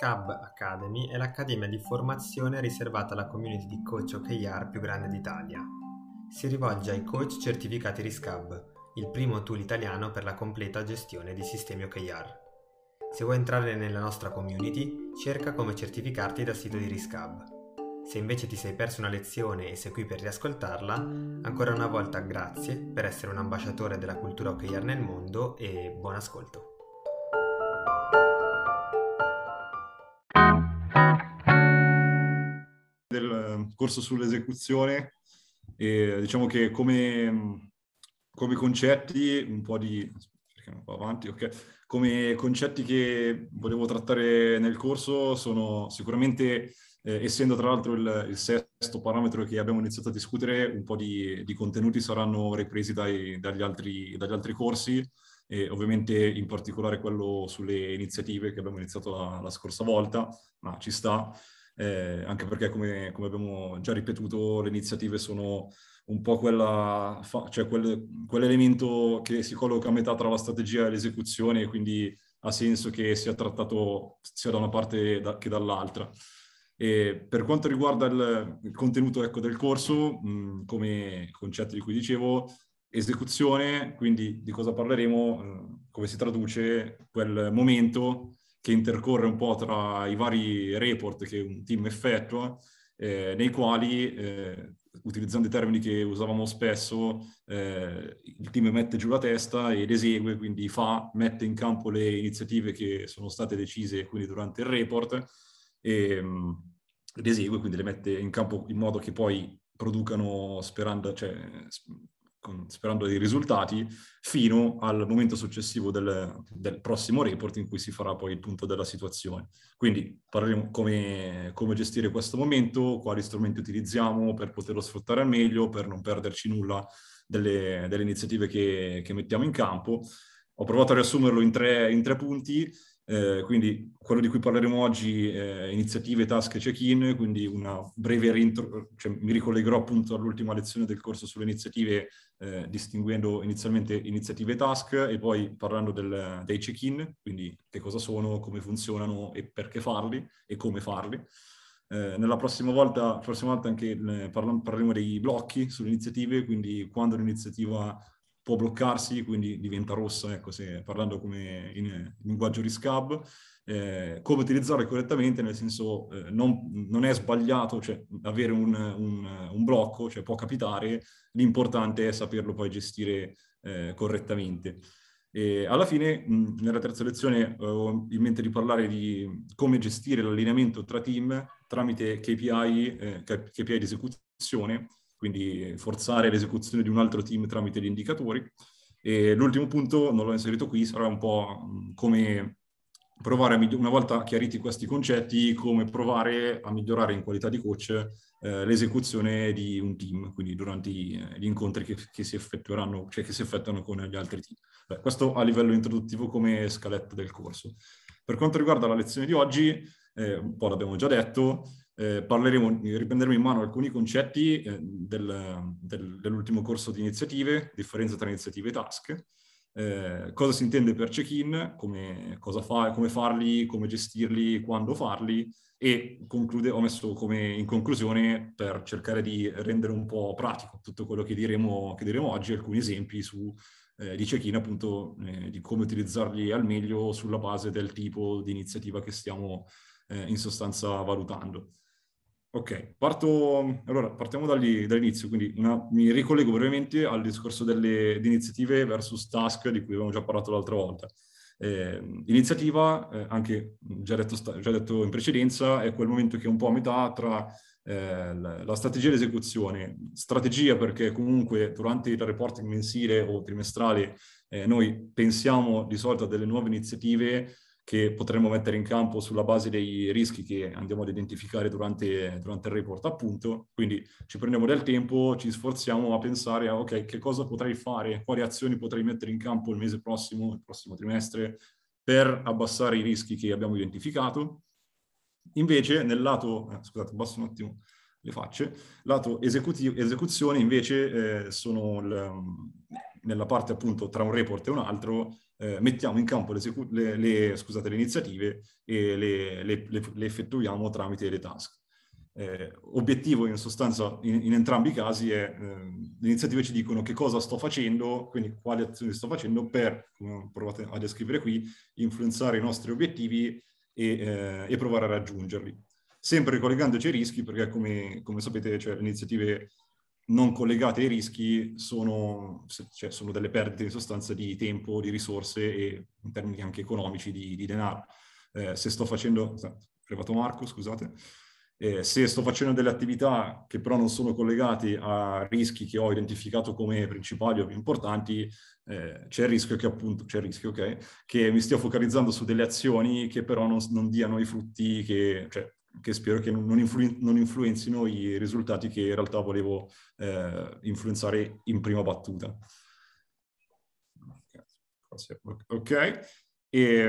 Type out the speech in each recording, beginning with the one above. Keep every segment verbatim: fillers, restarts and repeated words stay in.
Scab Academy è l'accademia di formazione riservata alla community di coach O K R più grande d'Italia. Si rivolge ai coach certificati Riscab, il primo tool italiano per la completa gestione di sistemi O K R. Se vuoi entrare nella nostra community, cerca come certificarti dal sito di Riscab. Se invece ti sei perso una lezione e sei qui per riascoltarla, ancora una volta grazie per essere un ambasciatore della cultura O K R nel mondo e buon ascolto. Del corso sull'esecuzione e diciamo che come, come concetti un po' di un po' avanti, ok, come concetti che volevo trattare nel corso sono sicuramente eh, essendo tra l'altro il, il sesto parametro che abbiamo iniziato a discutere, un po' di, di contenuti saranno ripresi dai, dagli, altri, dagli altri corsi e ovviamente in particolare quello sulle iniziative che abbiamo iniziato la, la scorsa volta, ma ci sta. Eh, anche perché come, come abbiamo già ripetuto le iniziative sono un po' quella, cioè quel, quell'elemento che si colloca a metà tra la strategia e l'esecuzione e quindi ha senso che sia trattato sia da una parte da, che dall'altra. E per quanto riguarda il, il contenuto ecco, del corso, mh, come concetti di cui dicevo, esecuzione, quindi di cosa parleremo, eh, come si traduce quel momento che intercorre un po' tra i vari report che un team effettua, eh, nei quali, eh, utilizzando i termini che usavamo spesso, eh, il team mette giù la testa ed esegue, quindi fa, mette in campo le iniziative che sono state decise quindi durante il report e, ed esegue, quindi le mette in campo in modo che poi producano, sperando, cioè, con, sperando dei risultati, fino al momento successivo del, del prossimo report in cui si farà poi il punto della situazione. Quindi parleremo come, come gestire questo momento, quali strumenti utilizziamo per poterlo sfruttare al meglio, per non perderci nulla delle, delle iniziative che, che mettiamo in campo. Ho provato a riassumerlo in tre, in tre punti. Eh, quindi quello di cui parleremo oggi è iniziative, task e check-in, quindi una breve reintro, cioè mi ricollegherò appunto all'ultima lezione del corso sulle iniziative, eh, distinguendo inizialmente iniziative e task e poi parlando del, dei check-in, quindi che cosa sono, come funzionano e perché farli e come farli. Eh, nella prossima volta, prossima volta anche eh, parla, parleremo dei blocchi sulle iniziative, quindi quando l'iniziativa può bloccarsi, quindi diventa rossa, ecco, se, parlando come in, in linguaggio Riscab, eh, come utilizzarle correttamente, nel senso eh, non, non è sbagliato, cioè avere un, un, un blocco, cioè può capitare, l'importante è saperlo poi gestire eh, correttamente. E alla fine, mh, nella terza lezione, eh, ho in mente di parlare di come gestire l'allineamento tra team tramite K P I, eh, K P I di esecuzione, quindi forzare l'esecuzione di un altro team tramite gli indicatori. E l'ultimo punto, non l'ho inserito qui, sarà un po' come provare, a miglior- una volta chiariti questi concetti, come provare a migliorare in qualità di coach eh, l'esecuzione di un team, quindi durante i, gli incontri che, che si effettueranno, cioè che si effettuano con gli altri team. Beh, questo a livello introduttivo come scaletta del corso. Per quanto riguarda la lezione di oggi, eh, un po' l'abbiamo già detto, eh, parleremo, riprenderemo in mano alcuni concetti eh, del, del, dell'ultimo corso di iniziative, differenza tra iniziative e task, eh, cosa si intende per check-in, come, cosa fa, come farli, come gestirli, quando farli e conclude, ho messo come in conclusione per cercare di rendere un po' pratico tutto quello che diremo, che diremo oggi, alcuni esempi su, eh, di check-in appunto, eh, di come utilizzarli al meglio sulla base del tipo di iniziativa che stiamo eh, in sostanza valutando. Ok, parto, allora partiamo dagli, dall'inizio, quindi una, mi ricollego brevemente al discorso delle di iniziative versus task di cui avevamo già parlato l'altra volta. Eh, iniziativa, eh, anche già detto, già detto in precedenza, è quel momento che è un po' a metà tra eh, la, la strategia e l'esecuzione. Strategia perché comunque durante il reporting mensile o trimestrale eh, noi pensiamo di solito a delle nuove iniziative che potremmo mettere in campo sulla base dei rischi che andiamo ad identificare durante, durante il report, appunto. Quindi ci prendiamo del tempo, ci sforziamo a pensare a, ok, che cosa potrei fare, quali azioni potrei mettere in campo il mese prossimo, il prossimo trimestre, per abbassare i rischi che abbiamo identificato. Invece, nel lato, eh, scusate, abbasso un attimo le facce, lato esecuzione invece eh, sono il, nella parte appunto tra un report e un altro eh, mettiamo in campo le, le, le, scusate, le iniziative e le, le, le, le effettuiamo tramite le task. Eh, obiettivo in sostanza in, in entrambi i casi è eh, le iniziative ci dicono che cosa sto facendo, quindi quali azioni sto facendo per, come provate a descrivere qui, influenzare i nostri obiettivi e, eh, e provare a raggiungerli. Sempre collegandoci ai rischi, perché come, come sapete, cioè, le iniziative non collegate ai rischi sono, cioè, sono delle perdite in sostanza di tempo, di risorse e in termini anche economici di, di denaro. Eh, se sto facendo, privato Marco, scusate, eh, se sto facendo delle attività che però non sono collegate a rischi che ho identificato come principali o più importanti, eh, c'è il rischio che appunto, c'è il rischio, ok, che mi stia focalizzando su delle azioni che però non, non diano i frutti che, cioè, che spero che non, influ- non influenzino i risultati che in realtà volevo eh, influenzare in prima battuta. Ok, e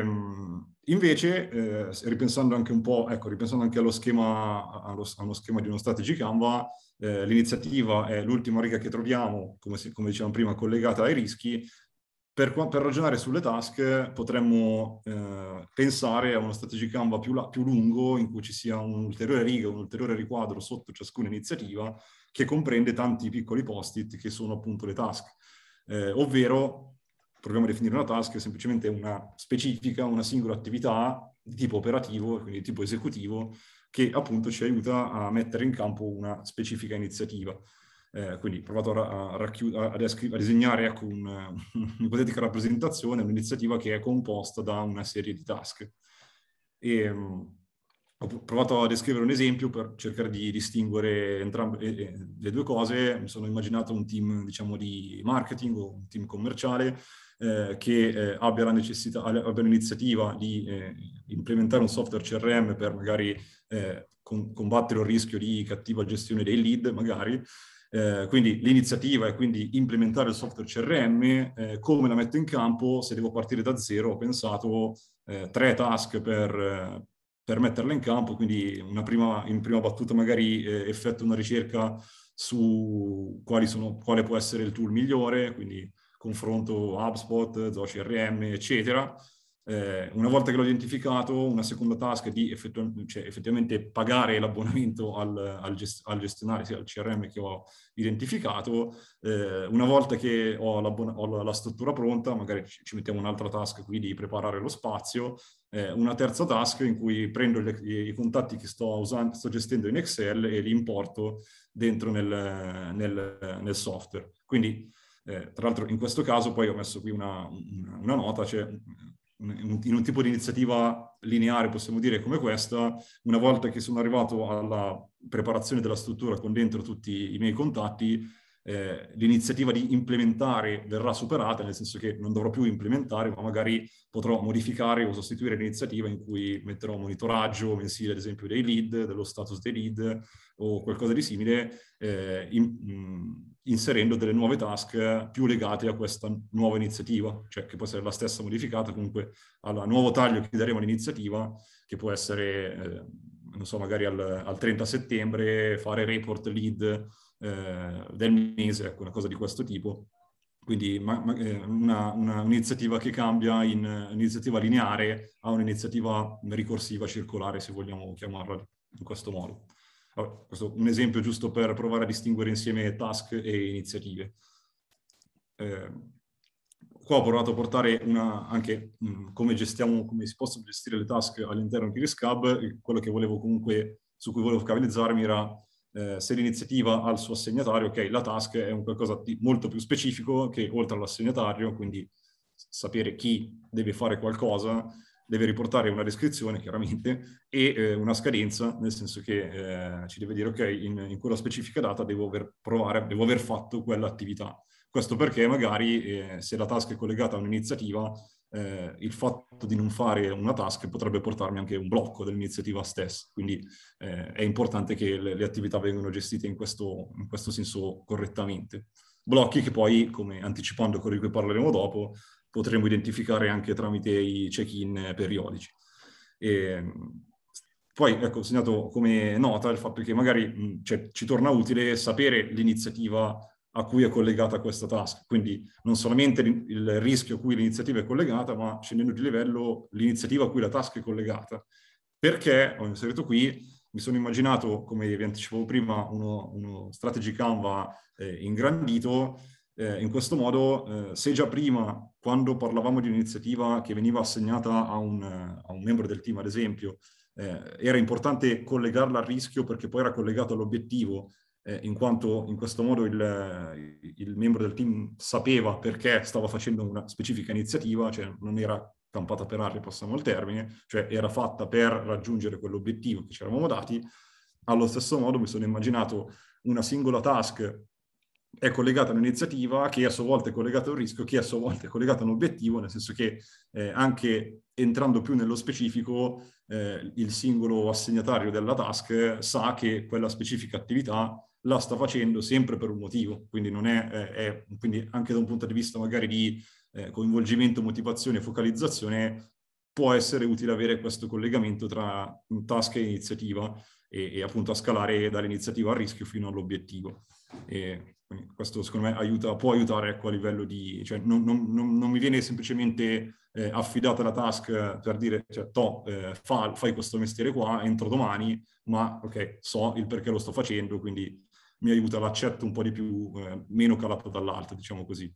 invece eh, ripensando anche un po', ecco, ripensando anche allo schema, allo, allo schema di uno strategy Canva, eh, l'iniziativa è l'ultima riga che troviamo, come, si, come dicevamo prima, collegata ai rischi. Per, per ragionare sulle task potremmo eh, pensare a uno strategy Canva più, la, più lungo in cui ci sia un'ulteriore riga, un ulteriore riquadro sotto ciascuna iniziativa che comprende tanti piccoli post-it che sono appunto le task. Eh, ovvero, proviamo a definire una task, è semplicemente una specifica, una singola attività di tipo operativo, quindi di tipo esecutivo, che appunto ci aiuta a mettere in campo una specifica iniziativa. Eh, quindi ho provato a, a, a, a disegnare ecco, un, un'ipotetica rappresentazione, un'iniziativa che è composta da una serie di task. E, um, ho provato a descrivere un esempio per cercare di distinguere entrambe eh, le due cose. Mi sono immaginato un team, diciamo, di marketing o un team commerciale eh, che eh, abbia la necessità, abbia l'iniziativa di eh, implementare un software C R M per magari eh, con, combattere il rischio di cattiva gestione dei lead, magari. Eh, quindi l'iniziativa è quindi implementare il software C R M. Eh, come la metto in campo? Se devo partire da zero, ho pensato eh, tre task per, eh, per metterla in campo, quindi una prima, in prima battuta magari eh, effettuo una ricerca su quali sono, quale può essere il tool migliore, quindi confronto HubSpot, Zoho C R M, eccetera. Eh, una volta che l'ho identificato, una seconda task è di effettu- cioè, effettivamente pagare l'abbonamento al, al, gest- al gestionale, sia al C R M che ho identificato. Eh, una volta che ho, ho la struttura pronta, magari ci, ci mettiamo un'altra task qui di preparare lo spazio, eh, una terza task in cui prendo le, i, i contatti che sto, usando, sto gestendo in Excel e li importo dentro nel, nel, nel software. Quindi, eh, tra l'altro, in questo caso poi ho messo qui una, una, una nota, cioè in un tipo di iniziativa lineare, possiamo dire, come questa, una volta che sono arrivato alla preparazione della struttura con dentro tutti i miei contatti, eh, l'iniziativa di implementare verrà superata, nel senso che non dovrò più implementare, ma magari potrò modificare o sostituire l'iniziativa in cui metterò monitoraggio mensile, ad esempio, dei lead, dello status dei lead o qualcosa di simile, eh, in, mh, inserendo delle nuove task più legate a questa nuova iniziativa, cioè che può essere la stessa modificata, comunque al nuovo taglio che daremo all'iniziativa, che può essere, eh, non so, magari al, al trenta settembre fare report lead eh, del mese, ecco, una cosa di questo tipo. Quindi ma, ma, eh, una, una, un'iniziativa che cambia in un'iniziativa lineare a un'iniziativa ricorsiva, circolare, se vogliamo chiamarla in questo modo. Allora, questo è un esempio giusto per provare a distinguere insieme task e iniziative. Eh, qua ho provato a portare una, anche mh, come gestiamo, come si possono gestire le task all'interno di RiskHub. Quello che volevo comunque, su cui volevo focalizzarmi era eh, se l'iniziativa ha il suo assegnatario, ok, la task è un qualcosa di molto più specifico che oltre all'assegnatario, quindi sapere chi deve fare qualcosa, deve riportare una descrizione chiaramente e eh, una scadenza, nel senso che eh, ci deve dire ok, in, in quella specifica data devo aver, provare, devo aver fatto quell'attività. Questo perché magari eh, se la task è collegata a un'iniziativa, eh, il fatto di non fare una task potrebbe portarmi anche un blocco dell'iniziativa stessa. Quindi eh, è importante che le, le attività vengano gestite in questo, in questo senso correttamente. Blocchi che poi, come anticipando quello di cui parleremo dopo, potremo identificare anche tramite i check-in periodici. E, poi, ecco, ho segnato come nota il fatto che magari mh, cioè, ci torna utile sapere l'iniziativa a cui è collegata questa task. Quindi non solamente il rischio a cui l'iniziativa è collegata, ma scendendo di livello l'iniziativa a cui la task è collegata. Perché ho inserito qui, mi sono immaginato, come vi anticipavo prima, uno, uno strategy Canva eh, ingrandito. Eh, in questo modo, eh, se già prima, quando parlavamo di un'iniziativa che veniva assegnata a un, a un membro del team, ad esempio, eh, era importante collegarla al rischio perché poi era collegato all'obiettivo, eh, in quanto in questo modo il, il membro del team sapeva perché stava facendo una specifica iniziativa, cioè non era campata per aria, passiamo il termine, cioè era fatta per raggiungere quell'obiettivo che ci eravamo dati. Allo stesso modo mi sono immaginato una singola task è collegata a un'iniziativa, che a sua volta è collegata a un rischio, che a sua volta è collegata a un obiettivo, nel senso che eh, anche entrando più nello specifico, eh, il singolo assegnatario della task sa che quella specifica attività la sta facendo sempre per un motivo, quindi non è, è, è quindi anche da un punto di vista magari di eh, coinvolgimento, motivazione e focalizzazione, può essere utile avere questo collegamento tra task e iniziativa e, e appunto a scalare dall'iniziativa al rischio fino all'obiettivo. E questo secondo me aiuta, può aiutare ecco, a livello di, cioè non, non, non, non mi viene semplicemente eh, affidata la task per dire, cioè, to, eh, fa, fai questo mestiere qua, entro domani, ma ok, so il perché lo sto facendo, quindi mi aiuta, l'accetto un po' di più, eh, meno calato dall'alto, diciamo così.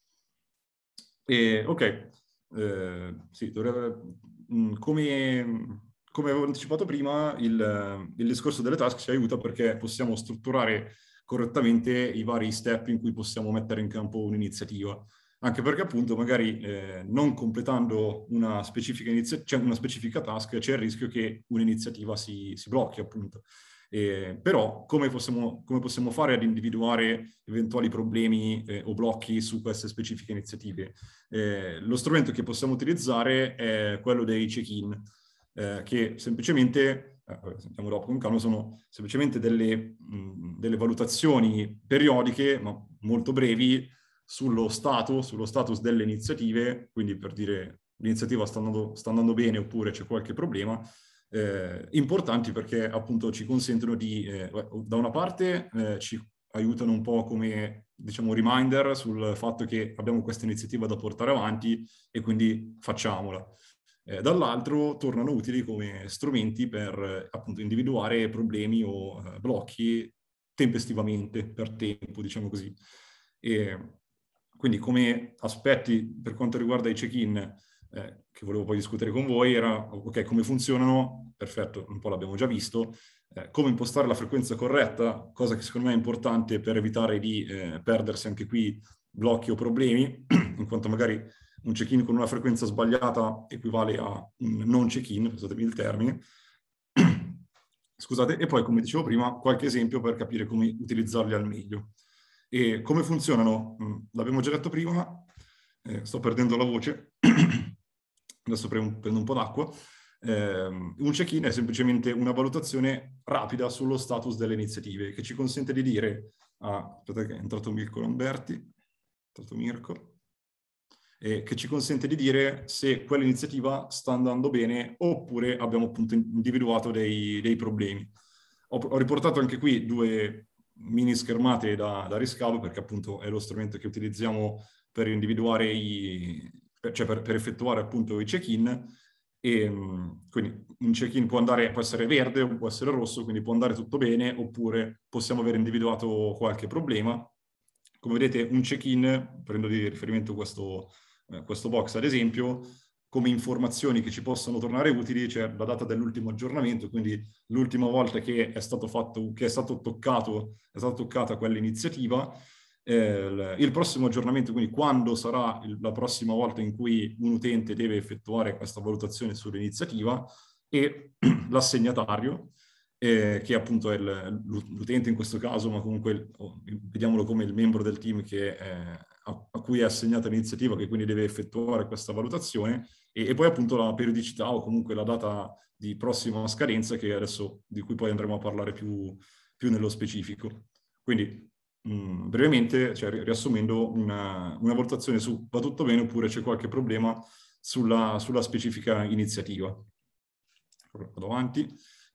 E, ok, eh, sì, dovrebbe, mh, come, come avevo anticipato prima, il, il discorso delle task ci aiuta perché possiamo strutturare correttamente i vari step in cui possiamo mettere in campo un'iniziativa. Anche perché appunto magari eh, non completando una specifica, inizia- cioè una specifica task c'è il rischio che un'iniziativa si, si blocchi appunto. Eh, però come possiamo, come possiamo fare ad individuare eventuali problemi eh, o blocchi su queste specifiche iniziative? Eh, lo strumento che possiamo utilizzare è quello dei check-in, eh, che semplicemente, eh, sentiamo dopo con calma, sono semplicemente delle, mh, delle valutazioni periodiche, ma molto brevi, sullo status, sullo status delle iniziative, quindi per dire l'iniziativa sta andando, sta andando bene oppure c'è qualche problema, eh, importanti perché appunto ci consentono di, eh, da una parte eh, ci aiutano un po' come, diciamo, reminder sul fatto che abbiamo questa iniziativa da portare avanti e quindi facciamola. Eh, dall'altro tornano utili come strumenti per eh, appunto individuare problemi o eh, blocchi tempestivamente, per tempo, diciamo così. E quindi come aspetti per quanto riguarda i check-in, eh, che volevo poi discutere con voi, era ok, come funzionano, perfetto, un po' l'abbiamo già visto, eh, come impostare la frequenza corretta, cosa che secondo me è importante per evitare di eh, perdersi anche qui blocchi o problemi, in quanto magari un check-in con una frequenza sbagliata equivale a un non check-in, passatemi il termine. Scusate, e poi come dicevo prima, qualche esempio per capire come utilizzarli al meglio. E come funzionano? L'abbiamo già detto prima, eh, sto perdendo la voce, adesso prendo, prendo un po' d'acqua. Eh, un check-in è semplicemente una valutazione rapida sullo status delle iniziative che ci consente di dire, ah, aspetta che è entrato Mirko Lamberti, è entrato Mirko, eh, che ci consente di dire se quell'iniziativa sta andando bene oppure abbiamo appunto individuato dei, dei problemi. Ho, ho riportato anche qui due mini schermate da, da riscavo perché appunto è lo strumento che utilizziamo per individuare i, per, cioè per, per effettuare appunto i check-in. E quindi un check-in può andare, può essere verde o può essere rosso, quindi può andare tutto bene oppure possiamo aver individuato qualche problema. Come vedete un check-in, prendo di riferimento questo, eh, questo box ad esempio, come informazioni che ci possono tornare utili c'è la data dell'ultimo aggiornamento, quindi l'ultima volta che è stato fatto, che è stato toccato, è stata toccata quell'iniziativa, eh, il prossimo aggiornamento, quindi quando sarà il, la prossima volta in cui un utente deve effettuare questa valutazione sull'iniziativa e l'assegnatario, eh, che appunto è l'utente in questo caso, ma comunque oh, vediamolo come il membro del team che è, a, a cui è assegnata l'iniziativa, che quindi deve effettuare questa valutazione, e, e poi appunto la periodicità o comunque la data di prossima scadenza, che adesso di cui poi andremo a parlare più, più nello specifico. Quindi mh, brevemente, cioè, riassumendo, una, una valutazione su va tutto bene oppure c'è qualche problema sulla, sulla specifica iniziativa. Vado avanti.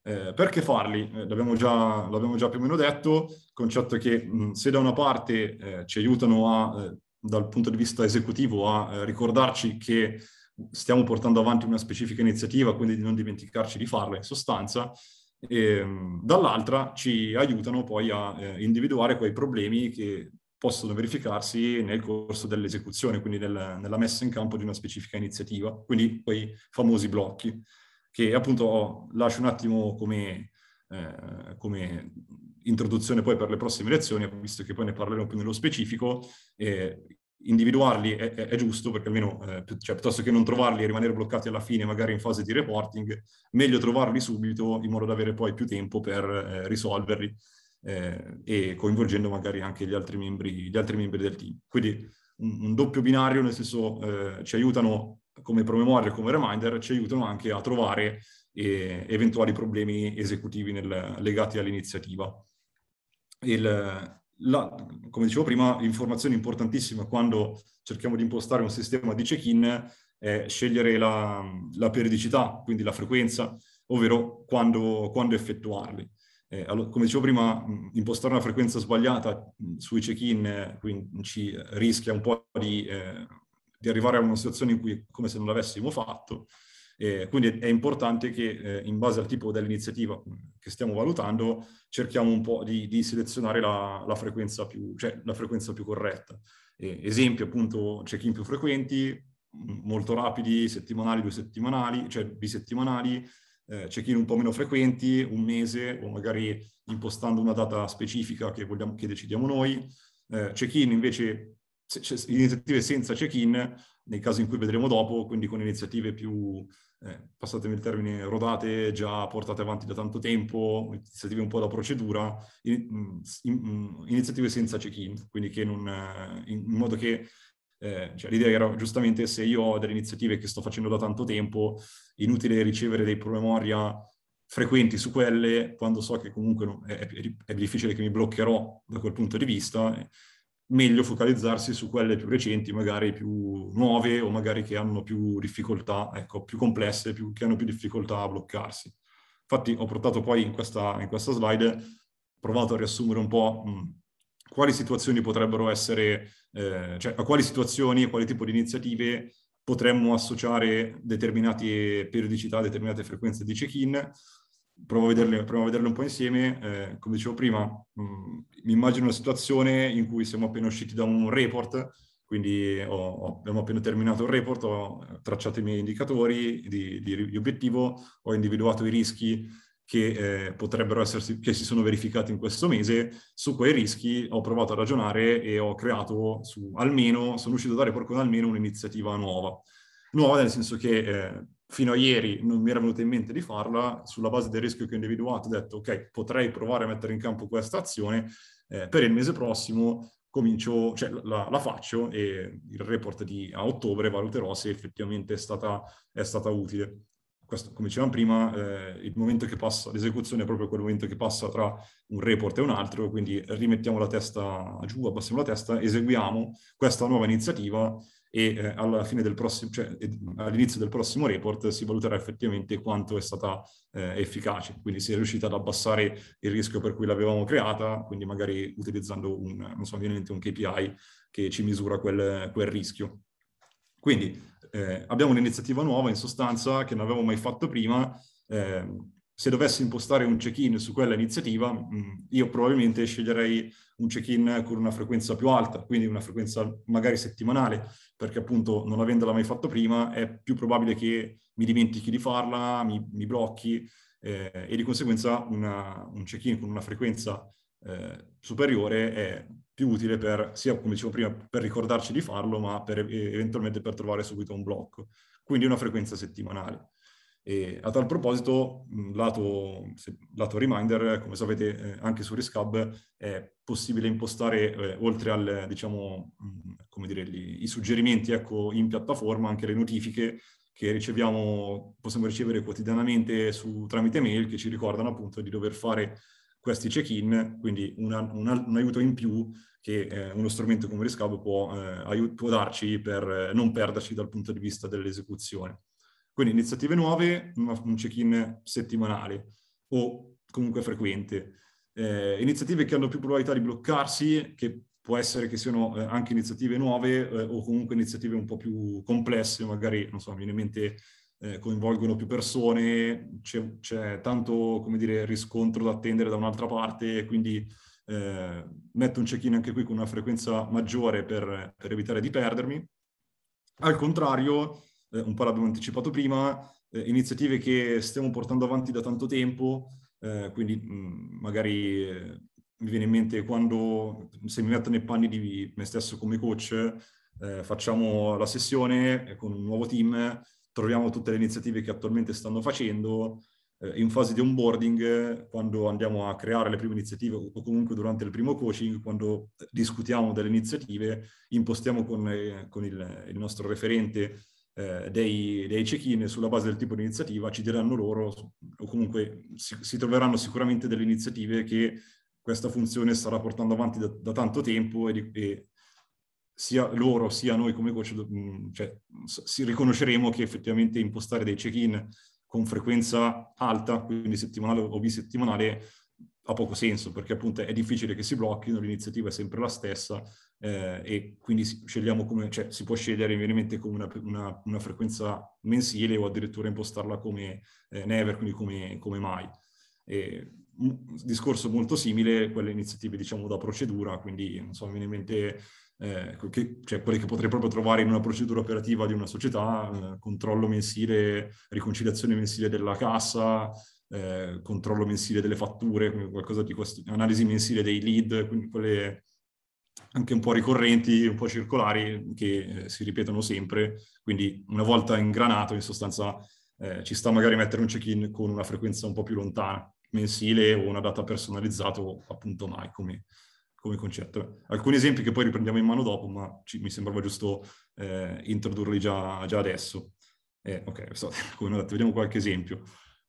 Eh, perché farli? Eh, l'abbiamo già, l'abbiamo già più o meno detto, il concetto è che mh, se da una parte eh, ci aiutano a, eh, dal punto di vista esecutivo a eh, ricordarci che stiamo portando avanti una specifica iniziativa, quindi di non dimenticarci di farla in sostanza, e mh, dall'altra ci aiutano poi a eh, individuare quei problemi che possono verificarsi nel corso dell'esecuzione, quindi nel, nella messa in campo di una specifica iniziativa, quindi quei famosi blocchi che appunto lascio un attimo come, eh, come introduzione poi per le prossime lezioni, visto che poi ne parleremo più nello specifico. Eh, individuarli è, è, è giusto, perché almeno eh, cioè, piuttosto che non trovarli e rimanere bloccati alla fine, magari in fase di reporting, meglio trovarli subito in modo da avere poi più tempo per eh, risolverli eh, e coinvolgendo magari anche gli altri membri, gli altri membri del team. Quindi un, un doppio binario, nel senso eh, ci aiutano come promemoria, come reminder, ci aiutano anche a trovare eh, eventuali problemi esecutivi nel, legati all'iniziativa. Il, la, come dicevo prima, l'informazione importantissima quando cerchiamo di impostare un sistema di check-in è scegliere la, la periodicità, quindi la frequenza, ovvero quando, quando effettuarli. Eh, allora, come dicevo prima, impostare una frequenza sbagliata sui check-in quindi ci rischia un po' di, eh, di arrivare a una situazione in cui come se non l'avessimo fatto. Eh, quindi è importante che eh, in base al tipo dell'iniziativa che stiamo valutando cerchiamo un po' di, di selezionare la, la, frequenza più, cioè, la frequenza più corretta. Eh, esempio appunto check-in più frequenti, molto rapidi, settimanali, due settimanali, cioè bisettimanali, eh, check-in un po' meno frequenti, un mese o magari impostando una data specifica che, vogliamo, che decidiamo noi, eh, check-in invece, se, se, iniziative senza check-in, nei casi in cui vedremo dopo, quindi con iniziative più, eh, passatemi il termine, rodate, già portate avanti da tanto tempo, iniziative un po' da procedura, in, in, iniziative senza check-in, quindi che non, in, in modo che Eh, cioè, l'idea era giustamente se io ho delle iniziative che sto facendo da tanto tempo, inutile ricevere dei promemoria frequenti su quelle quando so che comunque è, è, è difficile che mi bloccherò da quel punto di vista. Eh, meglio focalizzarsi su quelle più recenti, magari più nuove o magari che hanno più difficoltà, ecco, più complesse, più, che hanno più difficoltà a bloccarsi. Infatti ho portato poi in questa, in questa slide, ho provato a riassumere un po' mh, quali situazioni potrebbero essere, eh, cioè a quali situazioni, a quali tipo di iniziative potremmo associare determinate periodicità, determinate frequenze di check-in. Provo a vederle, provo a vederle un po' insieme. Eh, come dicevo prima, mh, mi immagino una situazione in cui siamo appena usciti da un report, quindi ho, ho, abbiamo appena terminato il report, ho tracciato i miei indicatori di, di, di obiettivo, ho individuato i rischi che eh, potrebbero essersi, che si sono verificati in questo mese. Su quei rischi ho provato a ragionare e ho creato su almeno, sono riuscito a dare poi con almeno un'iniziativa nuova. Nuova nel senso che eh, fino a ieri non mi era venuto in mente di farla, sulla base del rischio che ho individuato ho detto ok, potrei provare a mettere in campo questa azione, eh, per il mese prossimo comincio, cioè la, la faccio e il report di a ottobre valuterò se effettivamente è stata, è stata utile. Questo, come dicevamo prima, eh, il momento che passa, l'esecuzione è proprio quel momento che passa tra un report e un altro, quindi rimettiamo la testa giù, abbassiamo la testa, eseguiamo questa nuova iniziativa e eh, alla fine del prossimo, cioè all'inizio del prossimo report si valuterà effettivamente quanto è stata eh, efficace, quindi si è riuscita ad abbassare il rischio per cui l'avevamo creata, quindi magari utilizzando un, non so, ovviamente un K P I che ci misura quel, quel rischio. Quindi eh, abbiamo un'iniziativa nuova in sostanza che non avevamo mai fatto prima. Eh, se dovessi impostare un check-in su quella iniziativa, mh, io probabilmente sceglierei un check-in con una frequenza più alta, quindi una frequenza magari settimanale, perché appunto non avendola mai fatto prima è più probabile che mi dimentichi di farla, mi, mi blocchi eh, e di conseguenza una, un check-in con una frequenza eh, superiore è più utile per, sia come dicevo prima, per ricordarci di farlo, ma per, eventualmente per trovare subito un blocco. Quindi una frequenza settimanale. E a tal proposito, lato, lato reminder, come sapete, eh, anche su RiskHub è possibile impostare, eh, oltre al, diciamo, mh, come dire, gli, i suggerimenti, ecco, in piattaforma, anche le notifiche che riceviamo, possiamo ricevere quotidianamente su, tramite mail, che ci ricordano appunto di dover fare questi check-in, quindi una, una, un aiuto in più che eh, uno strumento come RiskHub può, eh, aiut- può darci per eh, non perderci dal punto di vista dell'esecuzione. Quindi iniziative nuove, un check-in settimanale. o comunque frequente. Eh, iniziative che hanno più probabilità di bloccarsi, che può essere che siano eh, anche iniziative nuove eh, o comunque iniziative un po' più complesse, magari, non so, mi viene in mente, eh, coinvolgono più persone, c'è, c'è tanto, come dire, riscontro da attendere da un'altra parte, quindi eh, metto un check-in anche qui con una frequenza maggiore per, per evitare di perdermi. Al contrario, eh, un po' l'abbiamo anticipato prima, eh, iniziative che stiamo portando avanti da tanto tempo, eh, quindi mh, magari eh, mi viene in mente quando, se mi metto nei panni di me stesso come coach, eh, facciamo la sessione con un nuovo team, troviamo tutte le iniziative che attualmente stanno facendo, eh, in fase di onboarding, quando andiamo a creare le prime iniziative o comunque durante il primo coaching, quando discutiamo delle iniziative, impostiamo con, eh, con il, il nostro referente eh, dei, dei check-in sulla base del tipo di iniziativa, ci diranno loro o comunque si, si troveranno sicuramente delle iniziative che questa funzione starà portando avanti da, da tanto tempo e, e sia loro sia noi come coach cioè, si riconosceremo che effettivamente impostare dei check-in con frequenza alta, quindi settimanale o bisettimanale, ha poco senso, perché appunto è difficile che si blocchino, l'iniziativa è sempre la stessa eh, e quindi scegliamo come, cioè si può scegliere ovviamente come una, una, una frequenza mensile o addirittura impostarla come eh, never, quindi come, come mai. E, un discorso molto simile, quelle iniziative diciamo da procedura, quindi non so, mi viene in mente eh, che, cioè quelle che potrei proprio trovare in una procedura operativa di una società, eh, controllo mensile, riconciliazione mensile della cassa, eh, controllo mensile delle fatture, quindi qualcosa di questo, analisi mensile dei lead, quindi quelle anche un po' ricorrenti, un po' circolari, che eh, si ripetono sempre, quindi una volta ingranato in sostanza eh, ci sta magari mettere un check-in con una frequenza un po' più lontana, mensile o una data personalizzata o appunto mai come, come concetto. Alcuni esempi che poi riprendiamo in mano dopo, ma ci, mi sembrava giusto eh, introdurli già, già adesso. Eh, ok, so, come ho detto, vediamo qualche esempio.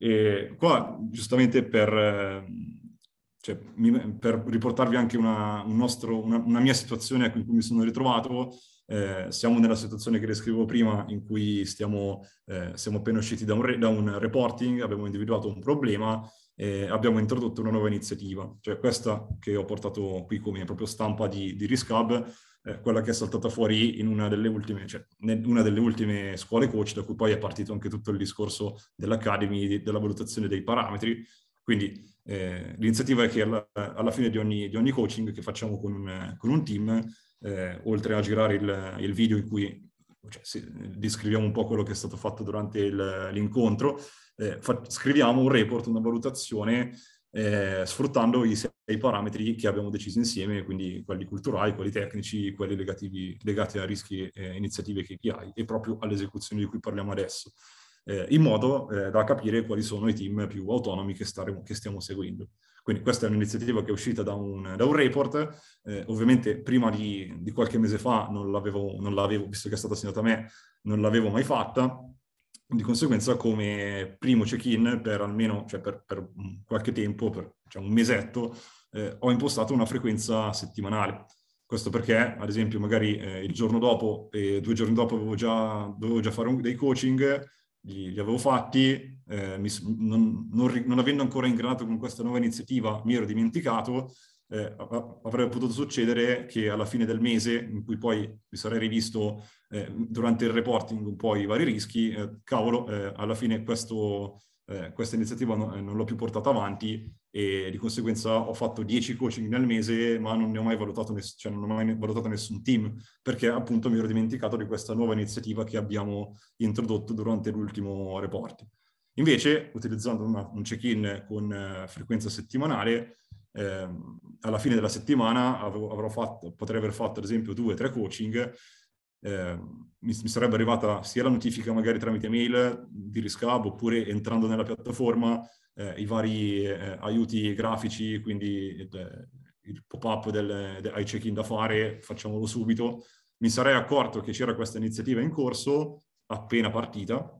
E qua, giustamente per, eh, cioè, mi, per riportarvi anche una, un nostro, una, una mia situazione in cui mi sono ritrovato, eh, siamo nella situazione che descrivevo prima, in cui stiamo, eh, siamo appena usciti da un, re, da un reporting, abbiamo individuato un problema, eh, abbiamo introdotto una nuova iniziativa, cioè questa che ho portato qui come proprio stampa di, di RiskHub, eh, quella che è saltata fuori in una delle ultime, cioè una delle ultime scuole coach, da cui poi è partito anche tutto il discorso dell'Academy, della valutazione dei parametri. Quindi eh, l'iniziativa è che alla, alla fine di ogni, di ogni coaching che facciamo con un, con un team, eh, oltre a girare il, il video in cui cioè, sì, descriviamo un po' quello che è stato fatto durante il, l'incontro, eh, fa, scriviamo un report, una valutazione, eh, sfruttando i sei parametri che abbiamo deciso insieme, quindi quelli culturali, quelli tecnici, quelli legati, legati a rischi, eh, iniziative K P I e proprio all'esecuzione di cui parliamo adesso, eh, in modo eh, da capire quali sono i team più autonomi che, staremo, che stiamo seguendo. Quindi questa è un'iniziativa che è uscita da un, da un report, eh, ovviamente prima di, di qualche mese fa non l'avevo, non l'avevo, visto che è stata assegnata a me, non l'avevo mai fatta. Di conseguenza, come primo check-in per almeno, cioè per, per qualche tempo, per cioè un mesetto, eh, ho impostato una frequenza settimanale. Questo perché, ad esempio, magari eh, il giorno dopo e eh, due giorni dopo avevo già, dovevo già fare un, dei coaching, li, li avevo fatti, eh, mi, non, non, non avendo ancora ingranato con questa nuova iniziativa, mi ero dimenticato. Eh, avrebbe potuto succedere che alla fine del mese, in cui poi mi sarei rivisto eh, durante il reporting un po' i vari rischi, eh, cavolo, eh, alla fine questo, eh, questa iniziativa no, non l'ho più portata avanti e di conseguenza ho fatto dieci coaching nel mese, ma non ne ho mai valutato, ness- cioè non ho mai valutato nessun team, perché appunto mi ero dimenticato di questa nuova iniziativa che abbiamo introdotto durante l'ultimo reporting. Invece, utilizzando una, un check-in con eh, frequenza settimanale, eh, alla fine della settimana avevo, avrò fatto, potrei aver fatto ad esempio due o tre coaching, eh, mi, mi sarebbe arrivata sia la notifica magari tramite mail di RiskHub oppure entrando nella piattaforma eh, i vari eh, aiuti grafici, quindi il, il pop-up del, del, ai check-in da fare, facciamolo subito. Mi sarei accorto che c'era questa iniziativa in corso appena partita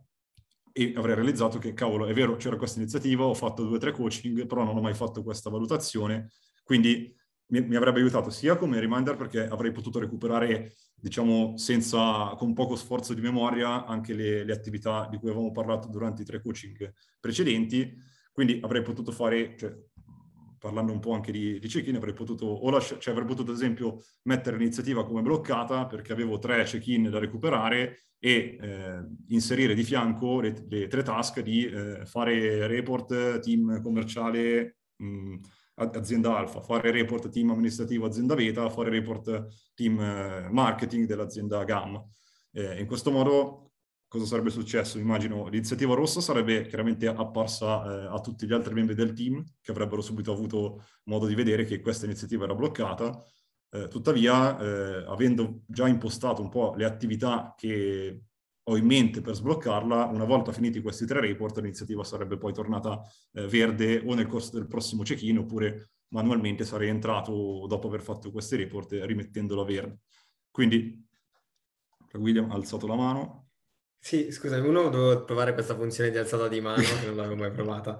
e avrei realizzato che, cavolo, è vero, c'era questa iniziativa, ho fatto due o tre coaching, però non ho mai fatto questa valutazione, quindi mi, mi avrebbe aiutato sia come reminder perché avrei potuto recuperare, diciamo, senza, con poco sforzo di memoria, anche le, le attività di cui avevamo parlato durante i tre coaching precedenti. Quindi avrei potuto fare, cioè, parlando un po' anche di, di check-in, avrei potuto, o lascia, cioè avrei potuto ad esempio mettere l'iniziativa come bloccata perché avevo tre check-in da recuperare e eh, inserire di fianco le, le tre task di eh, fare report team commerciale mh, azienda alfa, fare report team amministrativo azienda beta, fare report team eh, marketing dell'azienda gamma. Eh, in questo modo cosa sarebbe successo? Immagino l'iniziativa rossa sarebbe chiaramente apparsa eh, a tutti gli altri membri del team che avrebbero subito avuto modo di vedere che questa iniziativa era bloccata. Eh, tuttavia, eh, avendo già impostato un po' le attività che ho in mente per sbloccarla, una volta finiti questi tre report, l'iniziativa sarebbe poi tornata eh, verde o nel corso del prossimo check-in oppure manualmente sarei entrato dopo aver fatto questi report rimettendola verde. Quindi, William ha alzato la mano. Sì, scusami, uno devo provare questa funzione di alzata di mano che non l'avevo mai provata.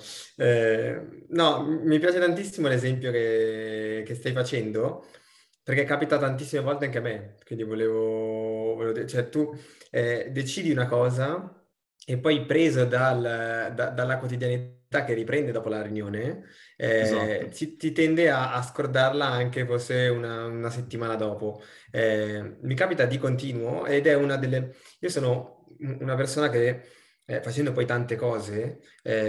Eh, no, m- mi piace tantissimo l'esempio che, che stai facendo perché capita tantissime volte anche a me. Quindi volevo, volevo dire- cioè tu eh, decidi una cosa e poi preso dal- da- dalla quotidianità che riprende dopo la riunione, eh, Esatto. ci- ti tende a, a scordarla anche forse una, una settimana dopo. Eh, mi capita di continuo ed è una delle... Io sono una persona che eh, facendo poi tante cose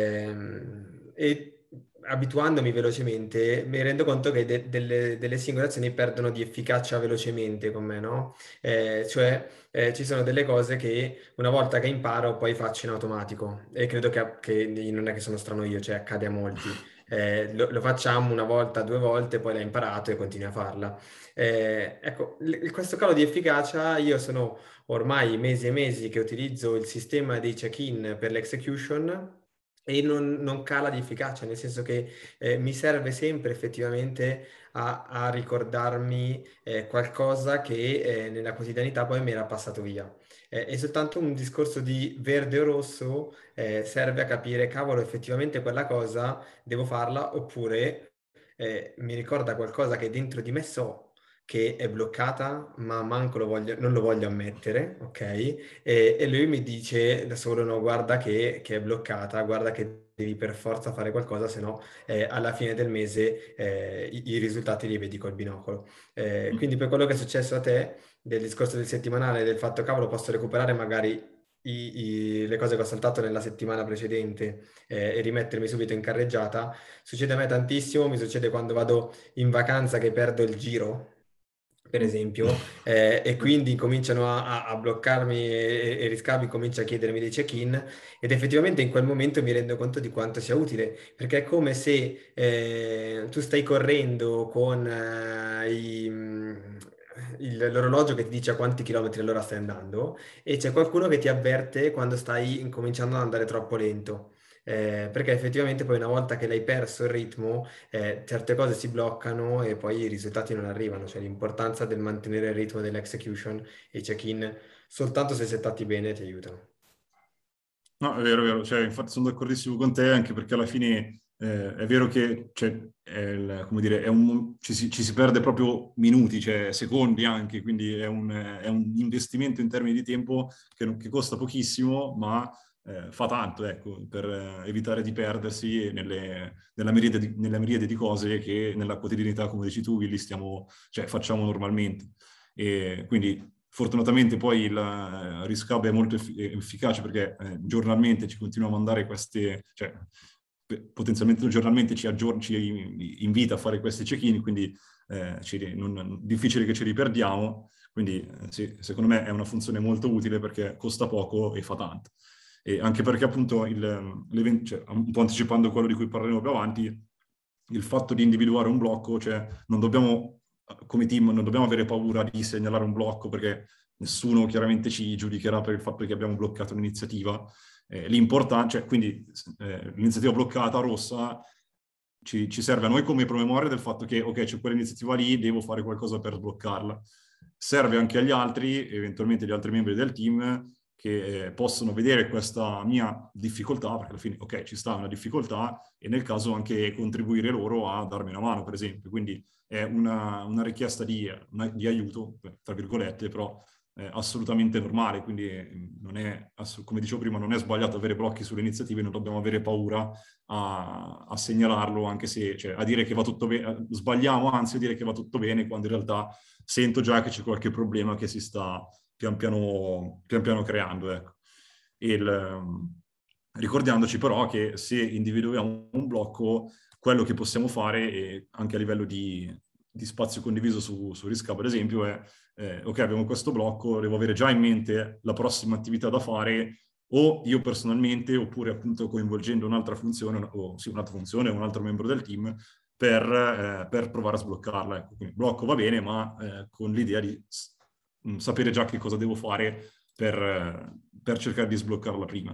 ehm, e abituandomi velocemente mi rendo conto che de- delle, delle singole azioni perdono di efficacia velocemente con me, no? Eh, cioè eh, ci sono delle cose che una volta che imparo poi faccio in automatico e credo che, che non è che sono strano io, cioè accade a molti. Eh, lo, lo facciamo una volta, due volte, poi l'hai imparato e continui a farla. Eh, ecco, l- questo calo di efficacia io sono ormai mesi e mesi che utilizzo il sistema dei check-in per l'execution e non, non cala di efficacia, nel senso che eh, mi serve sempre effettivamente a, a ricordarmi eh, qualcosa che eh, nella quotidianità poi mi era passato via. Eh, è soltanto un discorso di verde o rosso eh, serve a capire, cavolo, effettivamente quella cosa devo farla oppure eh, mi ricorda qualcosa che dentro di me so che è bloccata, ma manco lo voglio, non lo voglio ammettere, ok? E, e lui mi dice da solo, no, guarda che, che è bloccata, guarda che devi per forza fare qualcosa, se no eh, alla fine del mese eh, i, i risultati li vedi col binocolo. Eh, quindi per quello che è successo a te, del discorso del settimanale, del fatto, cavolo, posso recuperare magari i- i- le cose che ho saltato nella settimana precedente eh, e rimettermi subito in carreggiata, succede a me tantissimo, mi succede quando vado in vacanza che perdo il giro per esempio, eh, e quindi cominciano a, a- a bloccarmi e, e Riscavi comincia a chiedermi dei check-in ed effettivamente in quel momento mi rendo conto di quanto sia utile, perché è come se eh, tu stai correndo con eh, i- mm, il- l'orologio che ti dice a quanti chilometri all'ora stai andando e c'è qualcuno che ti avverte quando stai incominciando ad andare troppo lento. Eh, perché effettivamente poi una volta che l'hai perso il ritmo eh, certe cose si bloccano e poi i risultati non arrivano, cioè l'importanza del mantenere il ritmo dell'execution e i check-in soltanto se settati bene ti aiutano. No, è vero, è vero, cioè, infatti sono d'accordissimo con te anche perché alla fine eh, è vero che cioè, è il- come dire, è un- ci, si, ci si perde proprio minuti, cioè secondi anche, quindi è un, è un investimento in termini di tempo che, non- che costa pochissimo, ma eh, fa tanto, ecco, per eh, evitare di perdersi nelle, nella miriade di, nella miriade di cose che nella quotidianità, come dici tu, Willy, stiamo, cioè, facciamo normalmente. E quindi fortunatamente poi il eh, Riscab è molto eff- efficace perché eh, giornalmente ci continua a mandare queste, cioè pe- potenzialmente giornalmente ci, aggiorna, ci invita a fare questi check-in, quindi eh, ci, non, difficile che ci riperdiamo, quindi eh, sì, secondo me è una funzione molto utile perché costa poco e fa tanto. E anche perché appunto, il, l'event- cioè, un po' anticipando quello di cui parleremo più avanti, il fatto di individuare un blocco, cioè non dobbiamo, come team, non dobbiamo avere paura di segnalare un blocco perché nessuno chiaramente ci giudicherà per il fatto che abbiamo bloccato un'iniziativa. Eh, l'importante, cioè, quindi eh, l'iniziativa bloccata rossa ci, ci serve a noi come promemoria del fatto che, ok, c'è quell'iniziativa lì, devo fare qualcosa per sbloccarla. Serve anche agli altri, eventualmente agli altri membri del team, che eh, possono vedere questa mia difficoltà, perché alla fine, ok, ci sta una difficoltà, e nel caso anche contribuire loro a darmi una mano, per esempio. Quindi è una, una richiesta di, una, di aiuto, tra virgolette, però eh, assolutamente normale, quindi non è, come dicevo prima, non è sbagliato avere blocchi sulle iniziative, non dobbiamo avere paura a, a segnalarlo, anche se, cioè, a dire che va tutto bene, sbagliamo anzi a dire che va tutto bene, quando in realtà sento già che c'è qualche problema che si sta pian piano, pian piano creando, ecco. Il, ricordandoci però che se individuiamo un blocco, quello che possiamo fare, e anche a livello di, di spazio condiviso su, su Riscab, ad esempio, è eh, ok, abbiamo questo blocco, devo avere già in mente la prossima attività da fare, o io personalmente, oppure appunto coinvolgendo un'altra funzione, o sì, un'altra funzione, un altro membro del team, per, eh, per provare a sbloccarla. Ecco, quindi blocco va bene, ma eh, con l'idea di s- sapere già che cosa devo fare per, per cercare di sbloccarla prima.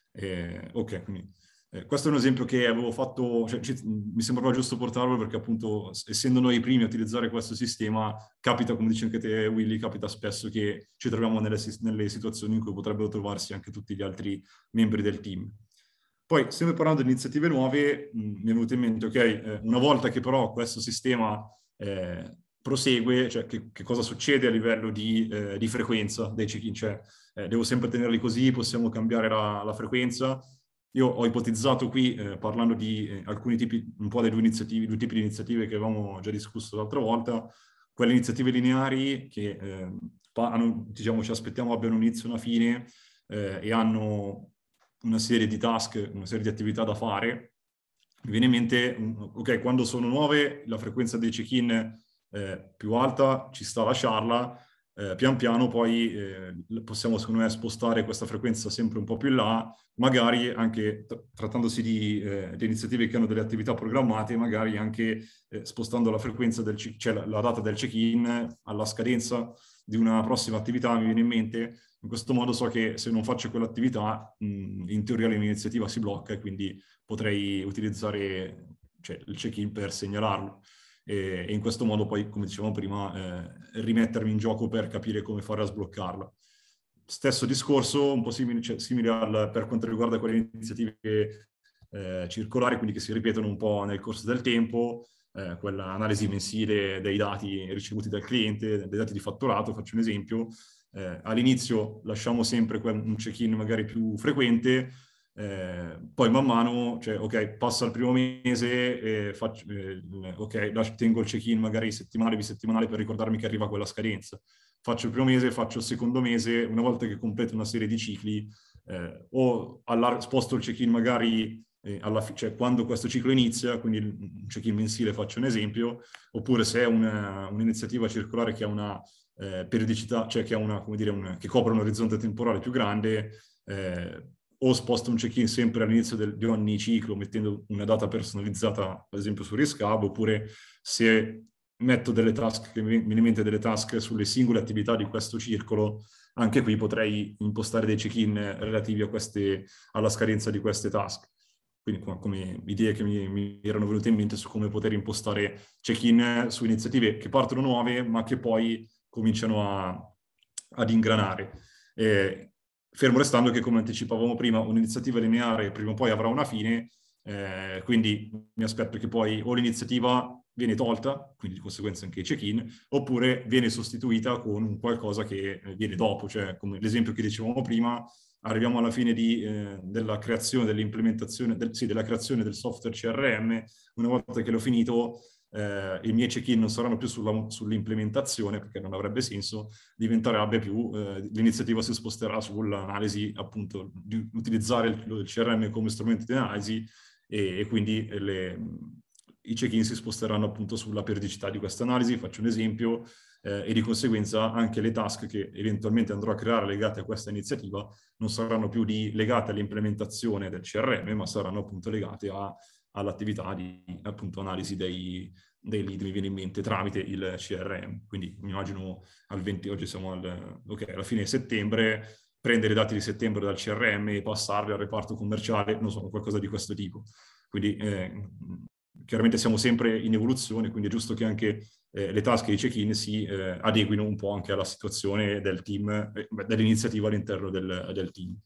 Eh, ok, quindi eh, questo è un esempio che avevo fatto, cioè, ci, mi sembrava giusto portarlo perché appunto, essendo noi i primi a utilizzare questo sistema, capita, come dici anche te Willy, capita spesso che ci troviamo nelle, nelle situazioni in cui potrebbero trovarsi anche tutti gli altri membri del team. Poi, sempre parlando di iniziative nuove, mh, mi è venuto in mente, ok, eh, una volta che però questo sistema eh, prosegue, cioè che, che cosa succede a livello di, eh, di frequenza dei check-in? Cioè, eh, devo sempre tenerli così, possiamo cambiare la, la frequenza? Io ho ipotizzato qui, eh, parlando di eh, alcuni tipi, un po' dei due, iniziative, due tipi di iniziative che avevamo già discusso l'altra volta, quelle iniziative lineari che eh, hanno, diciamo, ci aspettiamo abbiano un inizio e una fine eh, e hanno una serie di task, una serie di attività da fare. Mi viene in mente, ok, quando sono nuove la frequenza dei check-in eh, più alta, ci sta a lasciarla, eh, pian piano poi eh, possiamo secondo me spostare questa frequenza sempre un po' più in là, magari anche t- trattandosi di, eh, di iniziative che hanno delle attività programmate, magari anche eh, spostando la frequenza del cioè la, la data del check-in alla scadenza di una prossima attività, mi viene in mente. In questo modo so che se non faccio quell'attività, mh, in teoria l'iniziativa si blocca e quindi potrei utilizzare, cioè, il check-in per segnalarlo. E, e in questo modo poi, come dicevamo prima, eh, rimettermi in gioco per capire come fare a sbloccarla. Stesso discorso, un po' simile, cioè, simile al, per quanto riguarda quelle iniziative eh, circolari, quindi che si ripetono un po' nel corso del tempo, eh, quella analisi mensile dei dati ricevuti dal cliente, dei dati di fatturato, faccio un esempio. Eh, all'inizio lasciamo sempre un check-in magari più frequente, eh, poi man mano, cioè, ok, passa il primo mese, e faccio, eh, ok, tengo il check-in magari settimanale, bisettimanale per ricordarmi che arriva quella scadenza. Faccio il primo mese, faccio il secondo mese, una volta che completo una serie di cicli, eh, o allar- sposto il check-in magari eh, alla fi- cioè quando questo ciclo inizia, quindi un check-in mensile, faccio un esempio, oppure se è una, un'iniziativa circolare che ha una eh, periodicità, cioè che ha una, come dire, un, che copre un orizzonte temporale più grande, eh, o sposto un check-in sempre all'inizio del, di ogni ciclo mettendo una data personalizzata, ad esempio su Riscab, oppure se metto delle task, che mi viene in mente delle task sulle singole attività di questo circolo, anche qui potrei impostare dei check-in relativi a queste, alla scadenza di queste task. Quindi come idee che mi, mi erano venute in mente su come poter impostare check-in su iniziative che partono nuove, ma che poi cominciano a, ad ingranare. Eh, fermo restando che, come anticipavamo prima, un'iniziativa lineare prima o poi avrà una fine, eh, quindi mi aspetto che poi o l'iniziativa viene tolta, quindi di conseguenza anche i check-in, oppure viene sostituita con qualcosa che viene dopo, cioè come l'esempio che dicevamo prima, arriviamo alla fine di, eh, della creazione, dell'implementazione, del, sì, della creazione del software C R M, una volta che l'ho finito, eh, i miei check-in non saranno più sulla, sull'implementazione, perché non avrebbe senso, diventerebbe più, eh, l'iniziativa si sposterà sull'analisi, appunto, di utilizzare il, il C R M come strumento di analisi e, e quindi le, i check-in si sposteranno appunto sulla periodicità di questa analisi, faccio un esempio, eh, e di conseguenza anche le task che eventualmente andrò a creare legate a questa iniziativa non saranno più di, legate all'implementazione del C R M, ma saranno appunto legate a, all'attività di appunto analisi dei, dei lead, mi viene in mente, tramite il C R M. Quindi mi immagino al venti, oggi siamo al, okay, alla fine di settembre, prendere i dati di settembre dal C R M e passarli al reparto commerciale, non so, qualcosa di questo tipo. Quindi eh, chiaramente siamo sempre in evoluzione, quindi è giusto che anche eh, le task di check-in si eh, adeguino un po' anche alla situazione del team, eh, dell'iniziativa all'interno del, del team.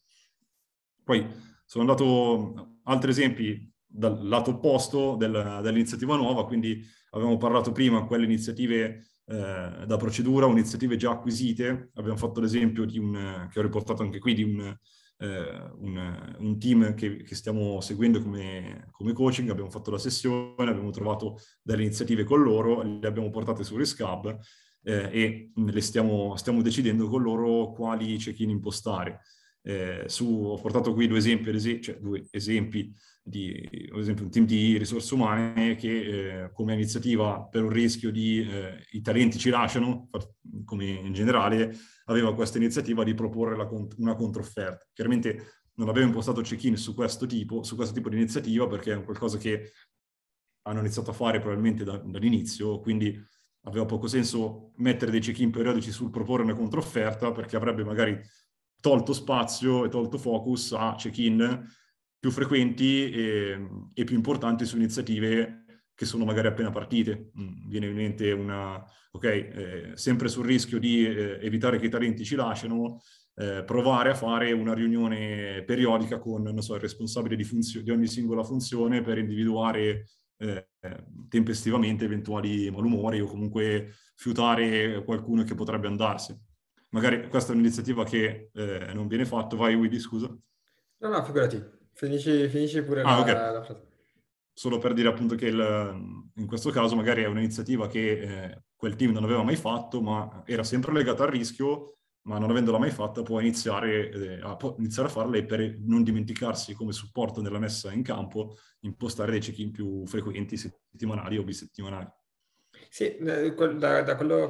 Poi sono andato altri esempi dal lato opposto del, dell'iniziativa nuova, quindi avevamo parlato prima quelle iniziative eh, da procedura o iniziative già acquisite. Abbiamo fatto l'esempio di un, che ho riportato anche qui, di un, eh, un, un team che, che stiamo seguendo come, come coaching. Abbiamo fatto la sessione, abbiamo trovato delle iniziative con loro, le abbiamo portate su Risk-Hub eh, e le stiamo, stiamo decidendo con loro quali check-in impostare. Eh, su, ho portato qui due esempi, cioè due esempi di, ad esempio, un team di risorse umane che eh, come iniziativa per un rischio di eh, i talenti ci lasciano, come in generale, aveva questa iniziativa di proporre la, una controfferta. Chiaramente non avevo impostato check-in su questo tipo, su questo tipo di iniziativa perché è un qualcosa che hanno iniziato a fare probabilmente da, dall'inizio, quindi aveva poco senso mettere dei check-in periodici sul proporre una controfferta perché avrebbe magari tolto spazio e tolto focus a check-in più frequenti e, e più importanti su iniziative che sono magari appena partite. Mm, viene in mente una, ok, eh, sempre sul rischio di eh, evitare che i talenti ci lasciano, eh, provare a fare una riunione periodica con, non so, il responsabile di, funzio- di ogni singola funzione per individuare eh, tempestivamente eventuali malumori o comunque fiutare qualcuno che potrebbe andarsene. Magari questa è un'iniziativa che eh, non viene fatta. Vai, Willy, scusa. No, no, figurati, finisci, finisci pure Ah, la, ok. la frase. Solo per dire appunto che il, in questo caso magari è un'iniziativa che eh, quel team non aveva mai fatto, ma era sempre legata al rischio, ma non avendola mai fatta può iniziare, eh, a, può iniziare a farla e per non dimenticarsi come supporto nella messa in campo, impostare dei check-in più frequenti, settimanali o bisettimanali. Sì, eh, quel- da, da quello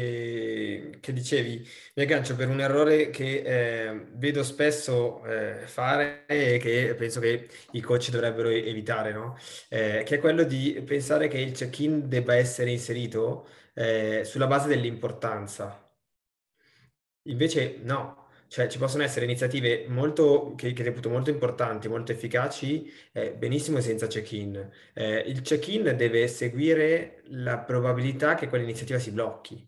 che, che dicevi, mi aggancio per un errore che eh, vedo spesso eh, fare e che penso che i coach dovrebbero e- evitare, no? Eh, che è quello di pensare che il check-in debba essere inserito eh, sulla base dell'importanza. Invece no, cioè ci possono essere iniziative molto, che, che reputo molto importanti, molto efficaci, eh, benissimo senza check-in. Eh, il check-in deve seguire la probabilità che quell'iniziativa si blocchi,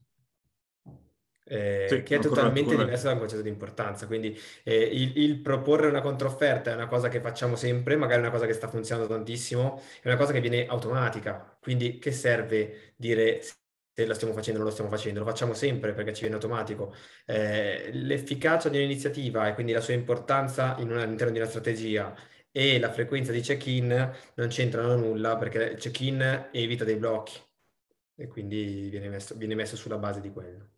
eh, Sì, che è no, corretto, totalmente diverso corretto. dal concetto di importanza. Quindi eh, il, il proporre una controfferta è una cosa che facciamo sempre, magari è una cosa che sta funzionando tantissimo, è una cosa che viene automatica. Quindi che serve dire se lo stiamo facendo o non lo stiamo facendo? Lo facciamo sempre perché ci viene automatico. Eh, l'efficacia di un'iniziativa e quindi la sua importanza in una- all'interno di una strategia e la frequenza di check-in non c'entrano nulla perché il check-in evita dei blocchi e quindi viene messo, viene messo sulla base di quello.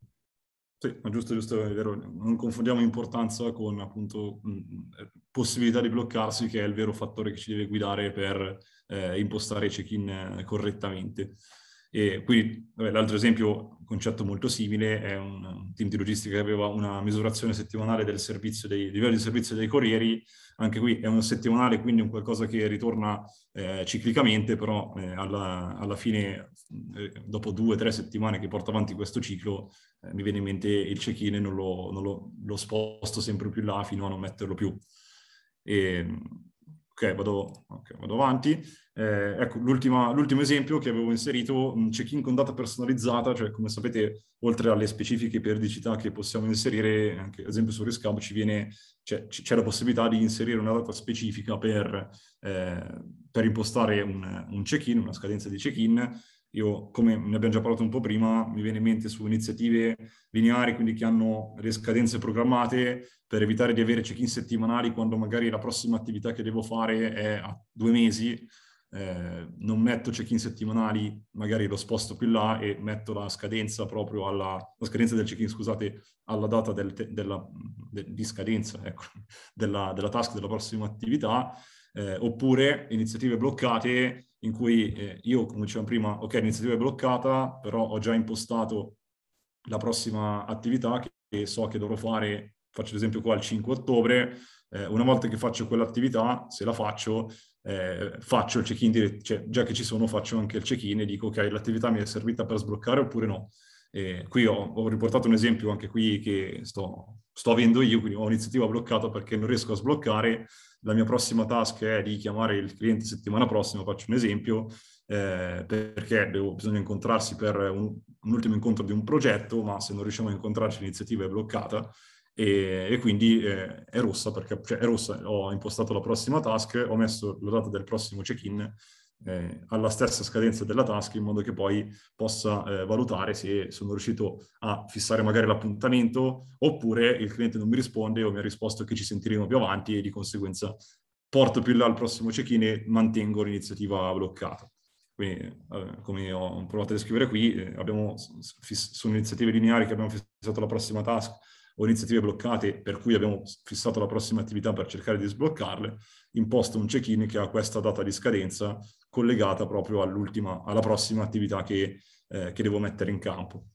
Sì, ma giusto, giusto, è vero. Non confondiamo importanza con appunto mh, possibilità di bloccarsi, che è il vero fattore che ci deve guidare per eh, impostare i check-in eh, correttamente. E qui, vabbè, l'altro esempio, un concetto molto simile, è un, un team di logistica che aveva una misurazione settimanale del servizio dei livelli di servizio dei corrieri. Anche qui è un settimanale, quindi un qualcosa che ritorna eh, ciclicamente, però eh, alla, alla fine, eh, dopo due o tre settimane che porta avanti questo ciclo, eh, mi viene in mente il check-in e non, lo, non lo, lo sposto sempre più là fino a non metterlo più. E, ok, vado, okay, vado avanti. Eh, ecco, l'ultimo esempio che avevo inserito, un check-in con data personalizzata, cioè come sapete, oltre alle specifiche periodicità che possiamo inserire, anche ad esempio su Risk-Hub ci viene, cioè, c'è la possibilità di inserire una data specifica per, eh, per impostare un, un check-in, una scadenza di check-in. Io, come ne abbiamo già parlato un po' prima, mi viene in mente su iniziative lineari, quindi che hanno le scadenze programmate, per evitare di avere check-in settimanali quando magari la prossima attività che devo fare è a due mesi. Eh, non metto check-in settimanali, magari lo sposto più in là e metto la scadenza proprio alla la scadenza del check-in, scusate, alla data del te, della, de, di scadenza, ecco, della, della task della prossima attività. Eh, oppure iniziative bloccate in cui eh, io, come dicevamo prima, ok, l'iniziativa è bloccata, però ho già impostato la prossima attività che, che so che dovrò fare, faccio l'esempio qua, il cinque ottobre. Eh, una volta che faccio quell'attività, se la faccio, eh, faccio il check-in diretto, cioè già che ci sono faccio anche il check-in e dico ok, l'attività mi è servita per sbloccare oppure no. Eh, qui ho, ho riportato un esempio anche qui che sto, sto avendo io, quindi ho un'iniziativa bloccata perché non riesco a sbloccare. La mia prossima task è di chiamare il cliente settimana prossima, faccio un esempio, eh, perché devo, bisogna incontrarsi per un, un ultimo incontro di un progetto, ma se non riusciamo a incontrarci l'iniziativa è bloccata e, e quindi eh, è rossa perché cioè, è rossa, ho impostato la prossima task, ho messo la data del prossimo check-in, eh, alla stessa scadenza della task, in modo che poi possa eh, valutare se sono riuscito a fissare magari l'appuntamento, oppure il cliente non mi risponde o mi ha risposto che ci sentiremo più avanti e di conseguenza porto più in là il prossimo check-in e mantengo l'iniziativa bloccata. Quindi, eh, come ho provato a descrivere qui, eh, abbiamo, fiss- sono iniziative lineari che abbiamo fissato la prossima task, o iniziative bloccate per cui abbiamo fissato la prossima attività per cercare di sbloccarle, imposto un check-in che ha questa data di scadenza collegata proprio all'ultima, alla prossima attività che, eh, che devo mettere in campo.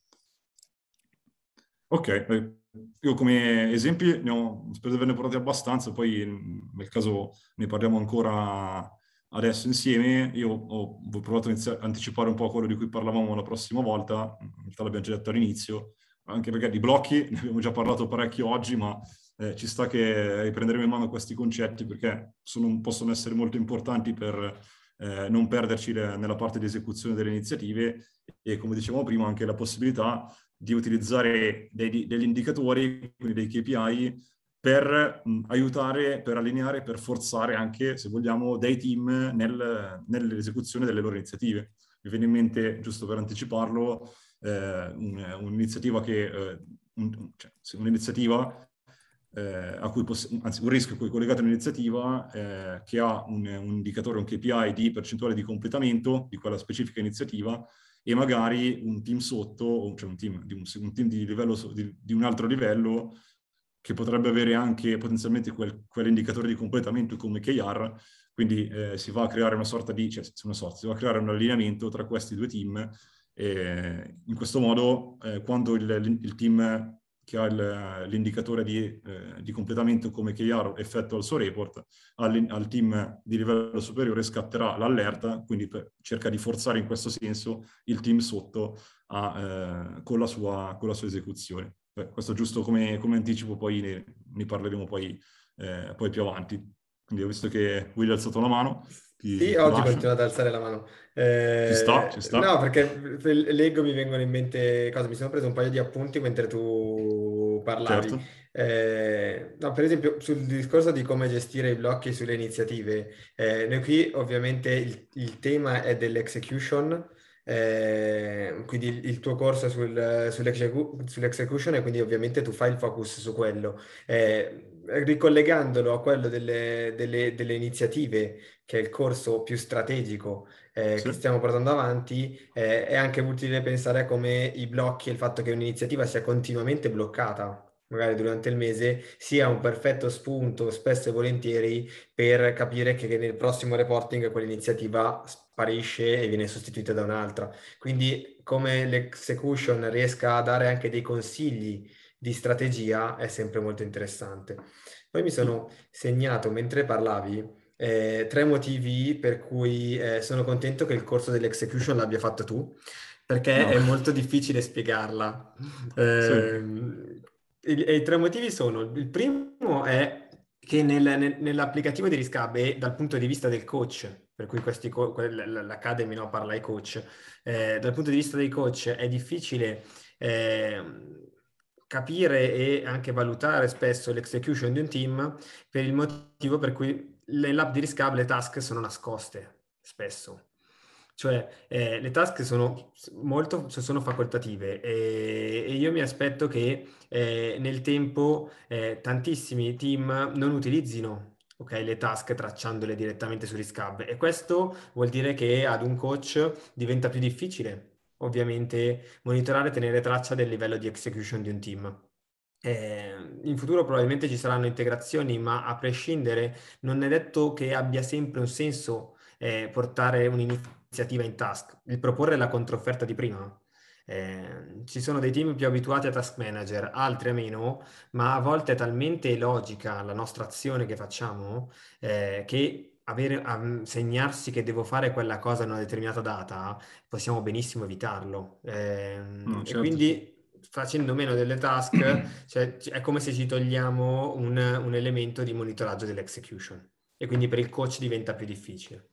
Ok, eh, io come esempi ne ho, spero di averne portati abbastanza, poi nel caso ne parliamo ancora adesso insieme. Io ho, ho provato a iniziare, anticipare un po' quello di cui parlavamo la prossima volta, in realtà l'abbiamo già detto all'inizio, anche perché di blocchi ne abbiamo già parlato parecchio oggi, ma eh, ci sta che riprenderemo in mano questi concetti perché sono, possono essere molto importanti per eh, non perderci le, nella parte di esecuzione delle iniziative e, come dicevamo prima, anche la possibilità di utilizzare dei, degli indicatori, quindi dei K P I, per mh, aiutare, per allineare, per forzare anche, se vogliamo, dei team nel, nell'esecuzione delle loro iniziative. Mi viene in mente, giusto per anticiparlo, eh, un, un'iniziativa che, eh, un, cioè, un'iniziativa eh, a cui poss- anzi un rischio a cui è collegata un'iniziativa eh, che ha un, un indicatore, un K P I di percentuale di completamento di quella specifica iniziativa e magari un team sotto, cioè un team di un, un, team di, livello, di, di un altro livello che potrebbe avere anche potenzialmente quel, quell'indicatore di completamento come K R, quindi eh, si va a creare una sorta di, cioè una sorta, si va a creare un allineamento tra questi due team e in questo modo eh, quando il, il team che ha il, l'indicatore di, eh, di completamento come K R effettua il suo report, al, al team di livello superiore scatterà l'allerta, quindi per, cerca di forzare in questo senso il team sotto a, eh, con, la sua, con la sua esecuzione. Beh, questo giusto come, come anticipo, poi ne, ne parleremo poi, eh, poi più avanti. Quindi ho visto che Willy ha alzato la mano, Sì, ti, ti oggi lascio. continuo ad alzare la mano. Ci sta, Eh, ci sta. no, perché leggo, mi vengono in mente cose, mi sono preso un paio di appunti mentre tu parlavi. Certo. Eh, no, per esempio, sul discorso di come gestire i blocchi sulle iniziative, eh, noi qui ovviamente il, il tema è dell'execution, eh, quindi il, il tuo corso è sul, sull'execu- sull'execution e quindi ovviamente tu fai il focus su quello. Eh, ricollegandolo a quello delle delle- delle iniziative che è il corso più strategico eh, Sì. che stiamo portando avanti, eh, è anche utile pensare a come i blocchi e il fatto che un'iniziativa sia continuamente bloccata, magari durante il mese, sia un perfetto spunto, spesso e volentieri, per capire che nel prossimo reporting quell'iniziativa sparisce e viene sostituita da un'altra. Quindi come l'execution riesca a dare anche dei consigli di strategia è sempre molto interessante. Poi mi Mm. sono segnato mentre parlavi eh, tre motivi per cui eh, sono contento che il corso dell'execution l'abbia fatto tu, perché No. è molto difficile spiegarla. Sì. Ehm, e, e i tre motivi sono: il primo è che nel- nel- nell'applicativo di Riscab e dal punto di vista del coach, per cui questi co- que- l- l'Academy no, parla ai coach, eh, dal punto di vista dei coach è difficile ehm, capire e anche valutare spesso l'execution di un team per il motivo per cui nell'app di Riscab le task sono nascoste spesso. Cioè, eh, le task sono molto sono facoltative e, e io mi aspetto che eh, nel tempo eh, tantissimi team non utilizzino ok, le task tracciandole direttamente su Riscab e questo vuol dire che ad un coach diventa più difficile ovviamente monitorare e tenere traccia del livello di execution di un team. Eh, in futuro probabilmente ci saranno integrazioni, ma a prescindere non è detto che abbia sempre un senso eh, portare un'iniziativa in task. Il proporre la controfferta di prima. Eh, ci sono dei team più abituati a task manager, altri a meno, ma a volte è talmente logica la nostra azione che facciamo eh, che avere, a, segnarsi che devo fare quella cosa in una determinata data, possiamo benissimo evitarlo. No, Ehm, e certo, sì. quindi facendo meno delle task, cioè, è come se ci togliamo un, un elemento di monitoraggio dell'execution e quindi per il coach diventa più difficile.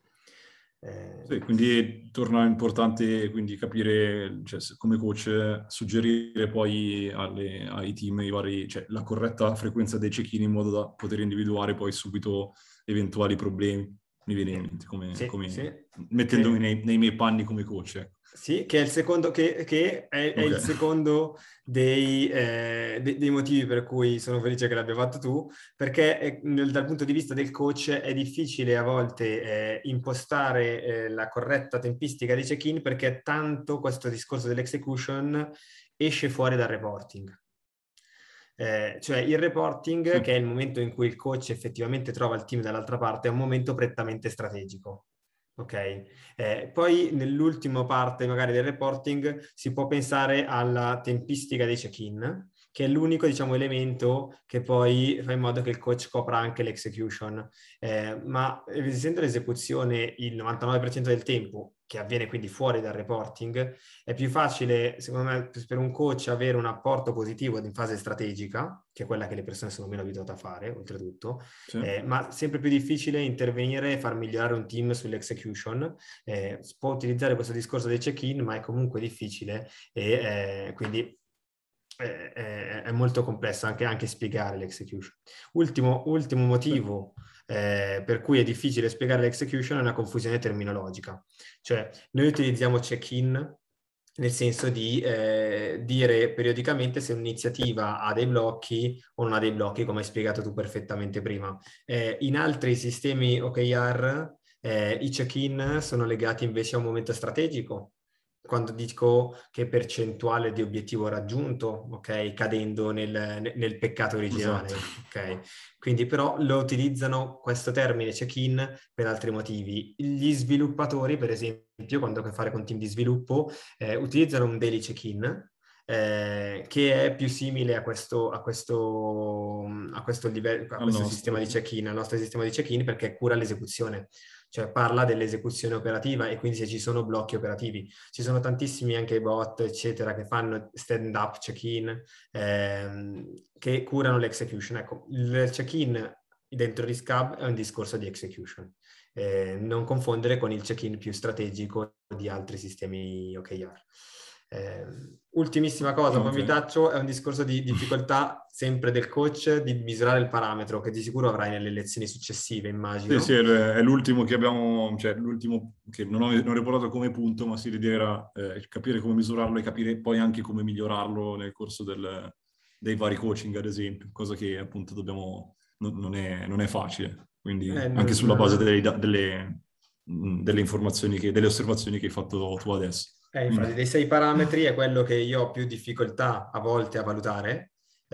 Eh, Sì, quindi torna importante quindi capire, cioè, se- come coach, suggerire poi alle- ai team i vari, cioè, la corretta frequenza dei check-in in modo da poter individuare poi subito eventuali problemi. mi viene in mente, come, sì, come sì. mettendomi Che, nei, nei miei panni come coach. Ecco. Sì, che è il secondo, che, che è, è Okay. il secondo dei, eh, de- dei motivi per cui sono felice che l'abbia fatto tu, perché è- nel- dal punto di vista del coach è difficile a volte eh, impostare eh, la corretta tempistica dei check-in, perché tanto questo discorso dell'execution esce fuori dal reporting. Eh, cioè il reporting, Sì. che è il momento in cui il coach effettivamente trova il team dall'altra parte, è un momento prettamente strategico. Ok? Eh, poi nell'ultima parte magari del reporting si può pensare alla tempistica dei check-in, che è l'unico, diciamo, elemento che poi fa in modo che il coach copra anche l'execution. Eh, ma essendo l'esecuzione il novantanove per cento del tempo, che avviene quindi fuori dal reporting, è più facile, secondo me, per un coach avere un apporto positivo in fase strategica, che è quella che le persone sono meno abituate a fare, oltretutto, Sì. eh, ma sempre più difficile intervenire e far migliorare un team sull'execution. Eh, si può utilizzare questo discorso dei check-in, ma è comunque difficile e eh, quindi è, è, è molto complesso anche, anche spiegare l'execution. Ultimo, ultimo motivo eh, per cui è difficile spiegare l'execution è una confusione terminologica. Cioè, noi utilizziamo check-in nel senso di eh, dire periodicamente se un'iniziativa ha dei blocchi o non ha dei blocchi, come hai spiegato tu perfettamente prima. Eh, in altri sistemi O K R eh, i check-in sono legati invece a un momento strategico. Quando dico che percentuale di obiettivo raggiunto, ok, cadendo nel, nel peccato originale, Esatto. ok. Quindi però lo utilizzano questo termine check-in per altri motivi. Gli sviluppatori, per esempio, quando ho a che fare con team di sviluppo, eh, utilizzano un daily check-in, eh, che è più simile a questo, a questo, a questo livello, a Al questo nostro, sistema di sì. check-in, al nostro sistema di check-in, perché cura l'esecuzione, cioè parla dell'esecuzione operativa e quindi se ci sono blocchi operativi. Ci sono tantissimi anche bot, eccetera, che fanno stand-up check-in, ehm, che curano l'execution. Ecco, il check-in dentro Risk-Hub è un discorso di execution. Eh, non confondere con il check-in più strategico di altri sistemi O K R. Eh, ultimissima cosa, poi Ok. mi taccio, è un discorso di difficoltà sempre del coach di misurare il parametro, che di sicuro avrai nelle lezioni successive, immagino. Sì, sì, è l'ultimo che abbiamo, cioè l'ultimo che non ho, non ho riportato come punto, ma sì, l'idea era eh, capire come misurarlo e capire poi anche come migliorarlo nel corso del, dei vari coaching, ad esempio, cosa che appunto dobbiamo, non, non, è, non è facile, quindi Eh, anche non, sulla base non... delle, delle, delle informazioni, che, delle osservazioni che hai fatto tu adesso. Eh, Mm. infatti, dei sei parametri è quello che io ho più difficoltà a volte a valutare,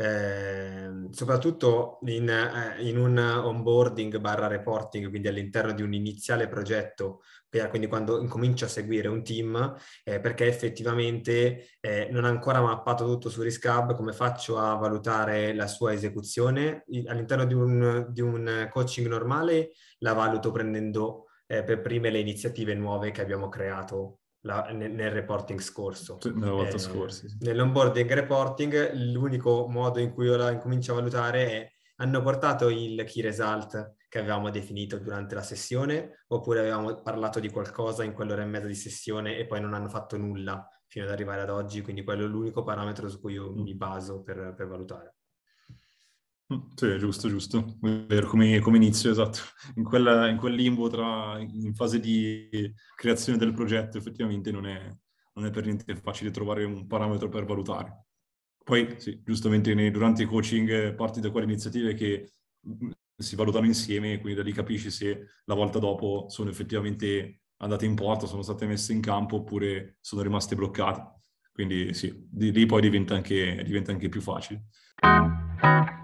eh, soprattutto in, eh, in un onboarding barra reporting, quindi all'interno di un iniziale progetto, per, quindi quando incomincio a seguire un team, eh, perché effettivamente eh, non ha ancora mappato tutto su Risk-Hub, come faccio a valutare la sua esecuzione? All'interno di un, di un coaching normale la valuto prendendo eh, per prime le iniziative nuove che abbiamo creato la, nel, nel reporting scorso. Sì, nella volta Eh, scorsa. Sì. nell'onboarding reporting l'unico modo in cui ora incomincio a valutare è: hanno portato il key result che avevamo definito durante la sessione, oppure avevamo parlato di qualcosa in quell'ora e mezza di sessione e poi non hanno fatto nulla fino ad arrivare ad oggi, quindi quello è l'unico parametro su cui io Mm. mi baso per, per valutare. Sì, giusto, giusto. Vero, come, come inizio, esatto. In, quella, in quel limbo tra, in fase di creazione del progetto, effettivamente non è, non è per niente facile trovare un parametro per valutare. Poi, sì, giustamente nei, durante i coaching parti da quelle iniziative che si valutano insieme, quindi da lì capisci se la volta dopo sono effettivamente andate in porto, sono state messe in campo oppure sono rimaste bloccate. Quindi sì, di lì poi diventa anche, diventa anche più facile.